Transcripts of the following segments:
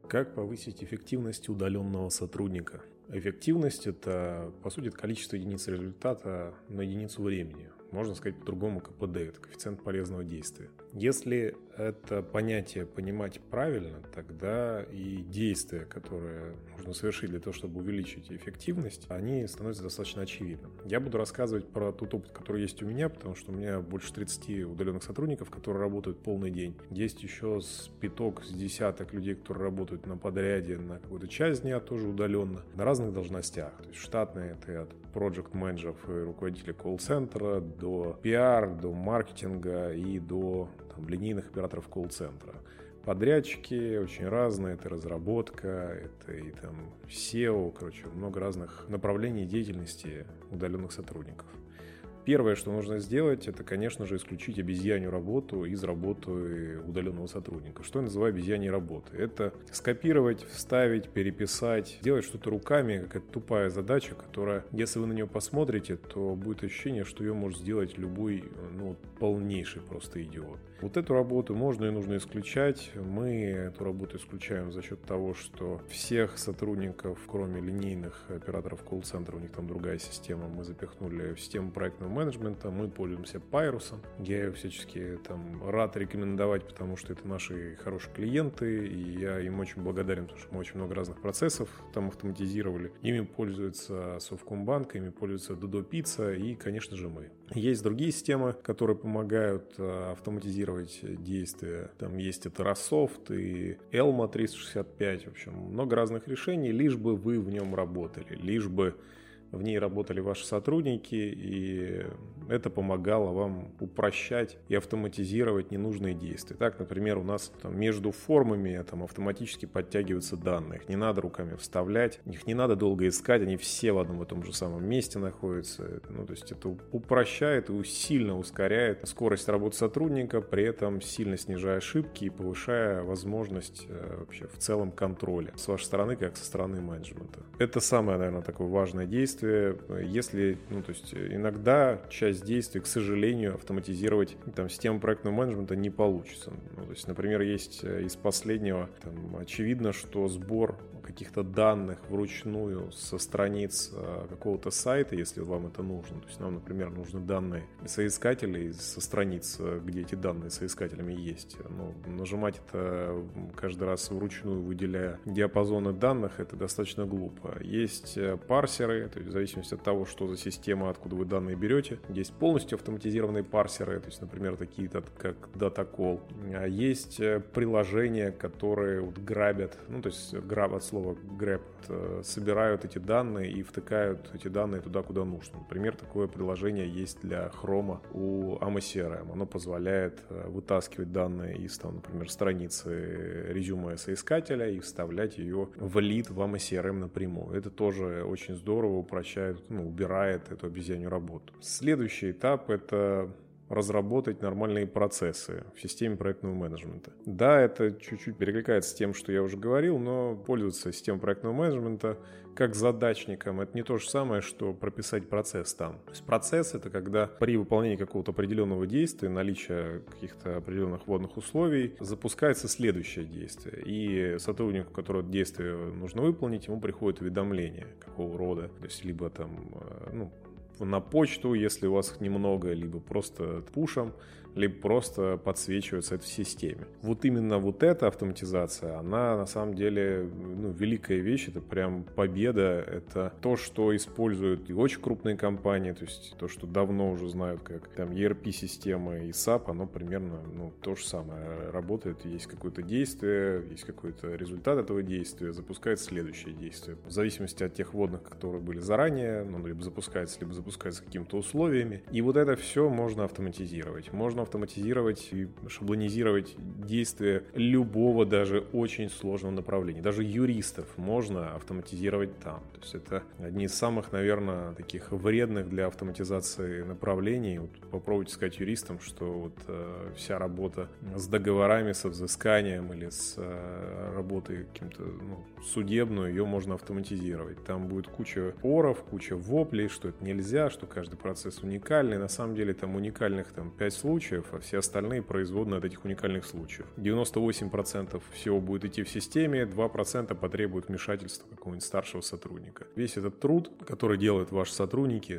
Как повысить эффективность удаленного сотрудника? Эффективность – это, по сути, количество единиц результата на единицу времени. Можно сказать по-другому КПД – это коэффициент полезного действия. Если это понятие понимать правильно, тогда и действия, которые нужно совершить для того, чтобы увеличить эффективность, они становятся достаточно очевидным. Я буду рассказывать про тот опыт, который есть у меня, потому что у меня больше 30 удаленных сотрудников, которые работают полный день. Есть еще с десяток людей, которые работают на подряде на какую-то часть дня, тоже удаленно, на разных должностях. То есть штатные – это от проект-менеджеров и руководителей колл-центра до PR, до маркетинга и до линейных операторов колл-центра. Подрядчики очень разные, это разработка, это и SEO, много разных направлений деятельности удаленных сотрудников. Первое, что нужно сделать, это, конечно же, исключить обезьянью работу из работы удаленного сотрудника. Что я называю обезьяньей работой? Это скопировать, вставить, переписать, делать что-то руками, какая-то тупая задача, которая, если вы на нее посмотрите, то будет ощущение, что ее может сделать любой, полнейший просто идиот. Вот эту работу можно и нужно исключать. Мы эту работу исключаем за счет того, что всех сотрудников, кроме линейных операторов колл-центра, у них там другая система, мы запихнули в систему проектного менеджмента, мы пользуемся Пайрусом. Я ее всячески рад рекомендовать, потому что это наши хорошие клиенты, и я им очень благодарен, потому что мы очень много разных процессов там автоматизировали. Ими пользуется Совкомбанк, ими пользуется Dodo Pizza и, конечно же, мы. Есть другие системы, которые помогают автоматизировать действия. Там есть и Terrasoft, и Elma 365. В общем, много разных решений, лишь бы вы в нем работали, лишь бы в ней работали ваши сотрудники, и это помогало вам упрощать и автоматизировать ненужные действия. Так, например, у нас между формами автоматически подтягиваются данные. Их не надо руками вставлять, их не надо долго искать, они все в одном и том же самом месте находятся. То есть это упрощает и сильно ускоряет скорость работы сотрудника, при этом сильно снижая ошибки и повышая возможность вообще в целом контроля с вашей стороны, как со стороны менеджмента. Это самое, наверное, такое важное действие. Если, иногда часть действий, к сожалению, автоматизировать систему проектного менеджмента не получится. Например, есть из последнего, очевидно, что сбор каких-то данных вручную со страниц какого-то сайта, если вам это нужно. То есть нам, например, нужны данные соискателей со страниц, где эти данные соискателями есть. Нажимать это каждый раз вручную, выделяя диапазоны данных, это достаточно глупо. Есть парсеры, то есть в зависимости от того, что за система, откуда вы данные берете. Есть полностью автоматизированные парсеры, то есть, например, такие как DataCall. А есть приложения, которые грабят, от слова grab, собирают эти данные и втыкают эти данные туда, куда нужно. Например, такое приложение есть для Chrome у AMA CRM. Оно позволяет вытаскивать данные из, например, страницы резюме соискателя и вставлять ее в лид в AMA CRM напрямую. Это тоже очень здорово упрощает, убирает эту обезьянью работу. Следующий этап – это разработать нормальные процессы в системе проектного менеджмента. Да, это чуть-чуть перекликается с тем, что я уже говорил, но пользоваться системой проектного менеджмента как задачником — это не то же самое, что прописать процесс там. То есть процесс — это когда при выполнении какого-то определенного действия, наличия каких-то определенных вводных условий, запускается следующее действие. И сотруднику, которого это действие нужно выполнить, ему приходит уведомление какого рода. То есть либо на почту, если у вас их немного, либо просто пушем, либо просто подсвечивается это в системе. Вот именно эта автоматизация, она на самом деле великая вещь, это прям победа, это то, что используют и очень крупные компании, то есть то, что давно уже знают, как ERP-системы и SAP, оно примерно то же самое работает, есть какое-то действие, есть какой-то результат этого действия, запускается следующее действие. В зависимости от тех вводных, которые были заранее, либо запускается какими-то условиями. И это все можно автоматизировать. Можно автоматизировать и шаблонизировать действия любого, даже очень сложного направления. Даже юристов можно автоматизировать там. То есть это одни из самых, наверное, таких вредных для автоматизации направлений. Попробуйте сказать юристам, что вся работа с договорами, со взысканием или с работой каким-то судебную, ее можно автоматизировать. Там будет куча споров, куча воплей, что это нельзя, что каждый процесс уникальный. На самом деле там уникальных 5 случаев, случаев, а все остальные производные от этих уникальных случаев. 98% всего будет идти в системе, 2% потребует вмешательства какого-нибудь старшего сотрудника. Весь этот труд, который делают ваши сотрудники,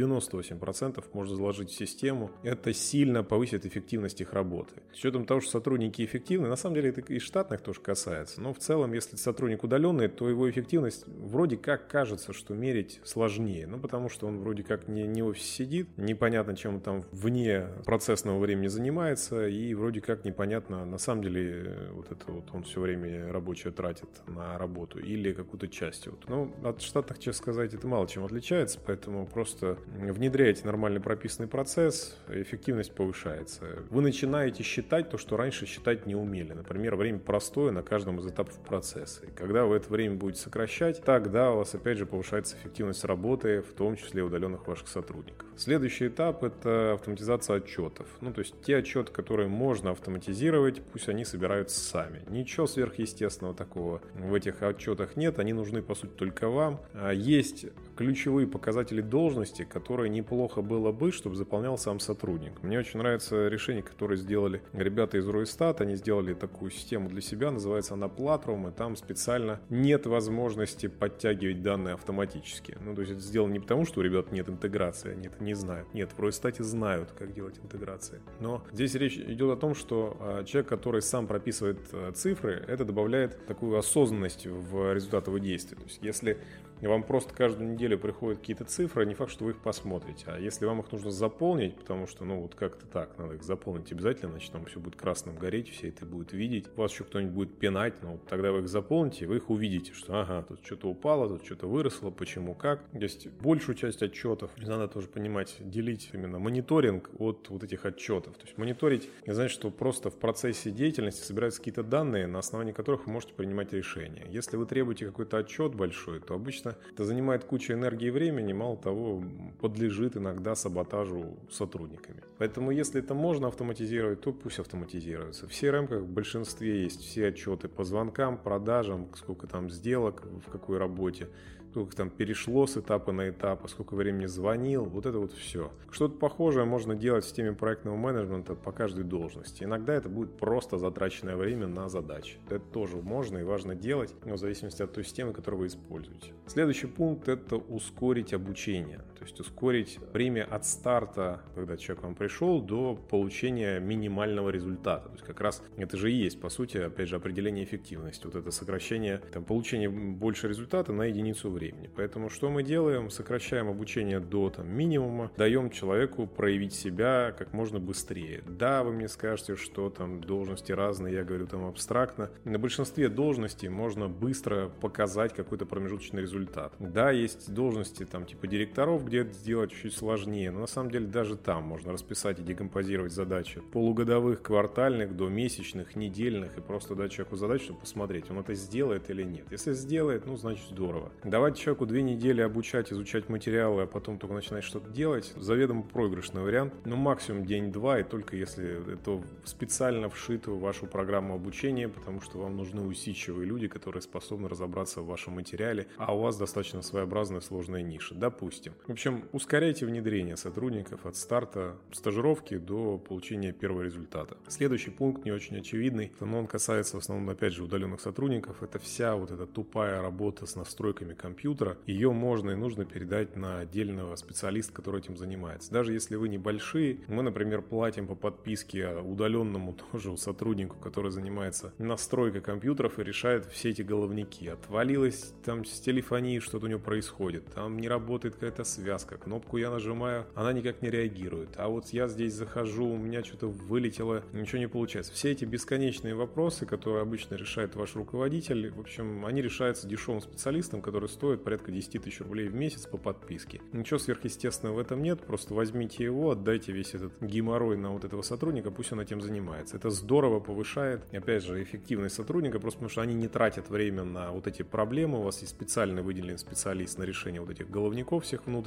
98% можно заложить в систему. Это сильно повысит эффективность их работы. С учетом того, что сотрудники эффективны, на самом деле это и штатных тоже касается, но в целом, если сотрудник удаленный, то его эффективность вроде как кажется, что мерить сложнее, потому что он вроде как не в офисе сидит, непонятно, чем он там вне процессного времени занимается, и вроде как непонятно, на самом деле он все время рабочее тратит на работу или какую-то часть. От штатных, честно сказать, это мало чем отличается, поэтому просто внедряете нормально прописанный процесс, эффективность повышается. Вы начинаете считать то, что раньше считать не умели. Например, время простое на каждом из этапов процесса. И когда вы это время будете сокращать, тогда у вас опять же повышается эффективность работы, в том числе удаленных ваших сотрудников. Следующий этап – это автоматизация отчетов. То есть те отчеты, которые можно автоматизировать, пусть они собираются сами. Ничего сверхъестественного такого в этих отчетах нет, они нужны по сути только вам. Есть ключевые показатели должности, которые неплохо было бы, чтобы заполнял сам сотрудник. Мне очень нравится решение, которое сделали ребята из Росстата. Они сделали такую систему для себя, называется она Platform, и там специально нет возможности подтягивать данные автоматически. То есть это сделано не потому, что у ребят нет интеграции, они это не знают. Нет, в Росстате знают, как делать интеграции. Но здесь речь идет о том, что человек, который сам прописывает цифры, это добавляет такую осознанность в результат его действий. То есть если вам просто каждую неделю приходят какие-то цифры, не факт, что вы их посмотрите. А если вам их нужно заполнить, потому что, как-то так, надо их заполнить обязательно, значит, там все будет красным гореть, все это будет видеть. Вас еще кто-нибудь будет пинать, тогда вы их заполните, вы их увидите, что, тут что-то упало, тут что-то выросло, почему, как. То есть большую часть отчетов надо тоже понимать, делить именно мониторинг от этих отчетов. То есть мониторить, не значит, что просто в процессе деятельности собираются какие-то данные, на основании которых вы можете принимать решения. Если вы требуете какой-то отчет большой, то обычно это занимает кучу энергии и времени, мало того, подлежит иногда саботажу сотрудниками. Поэтому если это можно автоматизировать, то пусть автоматизируется. В CRM-ках в большинстве есть все отчеты по звонкам, продажам, сколько там сделок, в какой работе, сколько там перешло с этапа на этап, сколько времени звонил, это все. Что-то похожее можно делать в системе проектного менеджмента по каждой должности. Иногда это будет просто затраченное время на задачи. Это тоже можно и важно делать, в зависимости от той системы, которую вы используете. Следующий пункт – это ускорить обучение. То есть ускорить время от старта, когда человек к вам пришел, до получения минимального результата. То есть как раз это же и есть, по сути, опять же, определение эффективности. Это сокращение, получение больше результата на единицу времени. Поэтому что мы делаем? Сокращаем обучение до минимума, даем человеку проявить себя как можно быстрее. Да, вы мне скажете, что должности разные, я говорю абстрактно. На большинстве должностей можно быстро показать какой-то промежуточный результат. Да, есть должности типа директоров, где это сделать чуть сложнее, но на самом деле даже там можно расписать и декомпозировать задачи полугодовых, квартальных, до месячных, недельных и просто дать человеку задачу, чтобы посмотреть, он это сделает или нет. Если сделает, значит здорово. Давать человеку 2 недели обучать, изучать материалы, а потом только начинать что-то делать, заведомо проигрышный вариант. Максимум день-два, и только если это специально вшито в вашу программу обучения, потому что вам нужны усидчивые люди, которые способны разобраться в вашем материале, а у вас достаточно своеобразная сложная ниша, допустим. В общем, ускоряйте внедрение сотрудников от старта стажировки до получения первого результата. Следующий пункт не очень очевидный, но он касается в основном, опять же, удаленных сотрудников. Это вся эта тупая работа с настройками компьютера. Ее можно и нужно передать на отдельного специалиста, который этим занимается. Даже если вы небольшие, мы, например, платим по подписке удаленному тоже сотруднику, который занимается настройкой компьютеров и решает все эти головники. Отвалилось с телефонии, что-то у него происходит, там не работает какая-то связка, кнопку я нажимаю, она никак не реагирует, а я здесь захожу, у меня что-то вылетело, ничего не получается. Все эти бесконечные вопросы, которые обычно решает ваш руководитель, в общем, они решаются дешевым специалистом, который стоит порядка 10 тысяч рублей в месяц по подписке. Ничего сверхъестественного в этом нет, просто возьмите его, отдайте весь этот геморрой на этого сотрудника, пусть он этим занимается. Это здорово повышает, опять же, эффективность сотрудника, просто потому что они не тратят время на эти проблемы, у вас есть специально выделенный специалист на решение этих головников всех внутренних,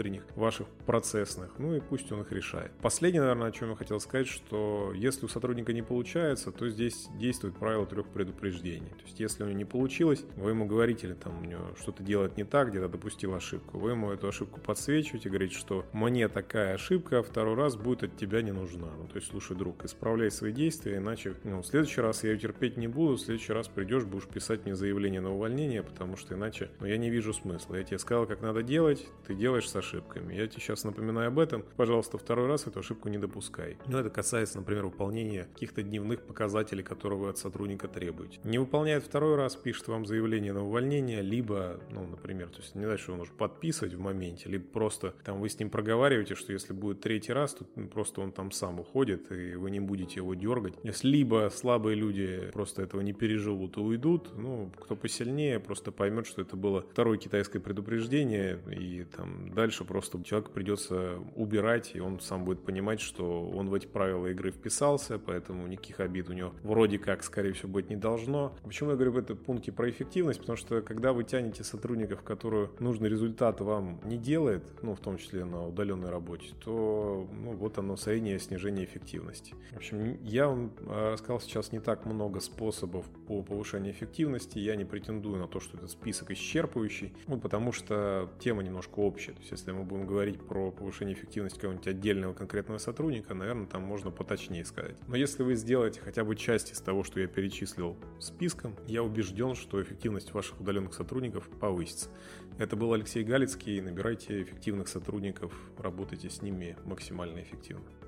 внутренних, ваших процессных, ну и пусть он их решает. Последнее, наверное, о чем я хотел сказать, что если у сотрудника не получается, то здесь действует правило 3 предупреждений. То есть если у него не получилось, вы ему говорите, или там у него что-то делает не так, где-то допустил ошибку, вы ему эту ошибку подсвечиваете, говорите, что мне такая ошибка второй раз будет от тебя не нужна. Ну, то есть, слушай, друг, исправляй свои действия, иначе в следующий раз я ее терпеть не буду, в следующий раз придешь, будешь писать мне заявление на увольнение, потому что иначе я не вижу смысла. Я тебе сказал, как надо делать, ты делаешь с ошибками. Я тебе сейчас напоминаю об этом, пожалуйста, второй раз эту ошибку не допускай. Но это касается, например, выполнения каких-то дневных показателей, которые вы от сотрудника требуете. Не выполняет второй раз, пишет вам заявление на увольнение, либо, например, то есть не знаю, что он может подписывать в моменте, либо просто там вы с ним проговариваете, что если будет третий раз, то просто он там сам уходит, и вы не будете его дергать. Если либо слабые люди просто этого не переживут и уйдут, кто посильнее просто поймет, что это было второе китайское предупреждение, и там дальше просто человеку придется убирать, и он сам будет понимать, что он в эти правила игры вписался, поэтому никаких обид у него вроде как, скорее всего, быть не должно. Почему я говорю в этом пункте про эффективность? Потому что когда вы тянете сотрудников, которые нужный результат вам не делает, в том числе на удаленной работе, то вот оно среднее снижение эффективности. В общем, я вам рассказал сейчас не так много способов по повышению эффективности. Я не претендую на то, что этот список исчерпывающий, потому что тема немножко общая. То есть, если мы будем говорить про повышение эффективности какого-нибудь отдельного конкретного сотрудника, наверное, там можно поточнее сказать. Но если вы сделаете хотя бы часть из того, что я перечислил списком, я убежден, что эффективность ваших удаленных сотрудников повысится. Это был Алексей Галицкий. Набирайте эффективных сотрудников, работайте с ними максимально эффективно.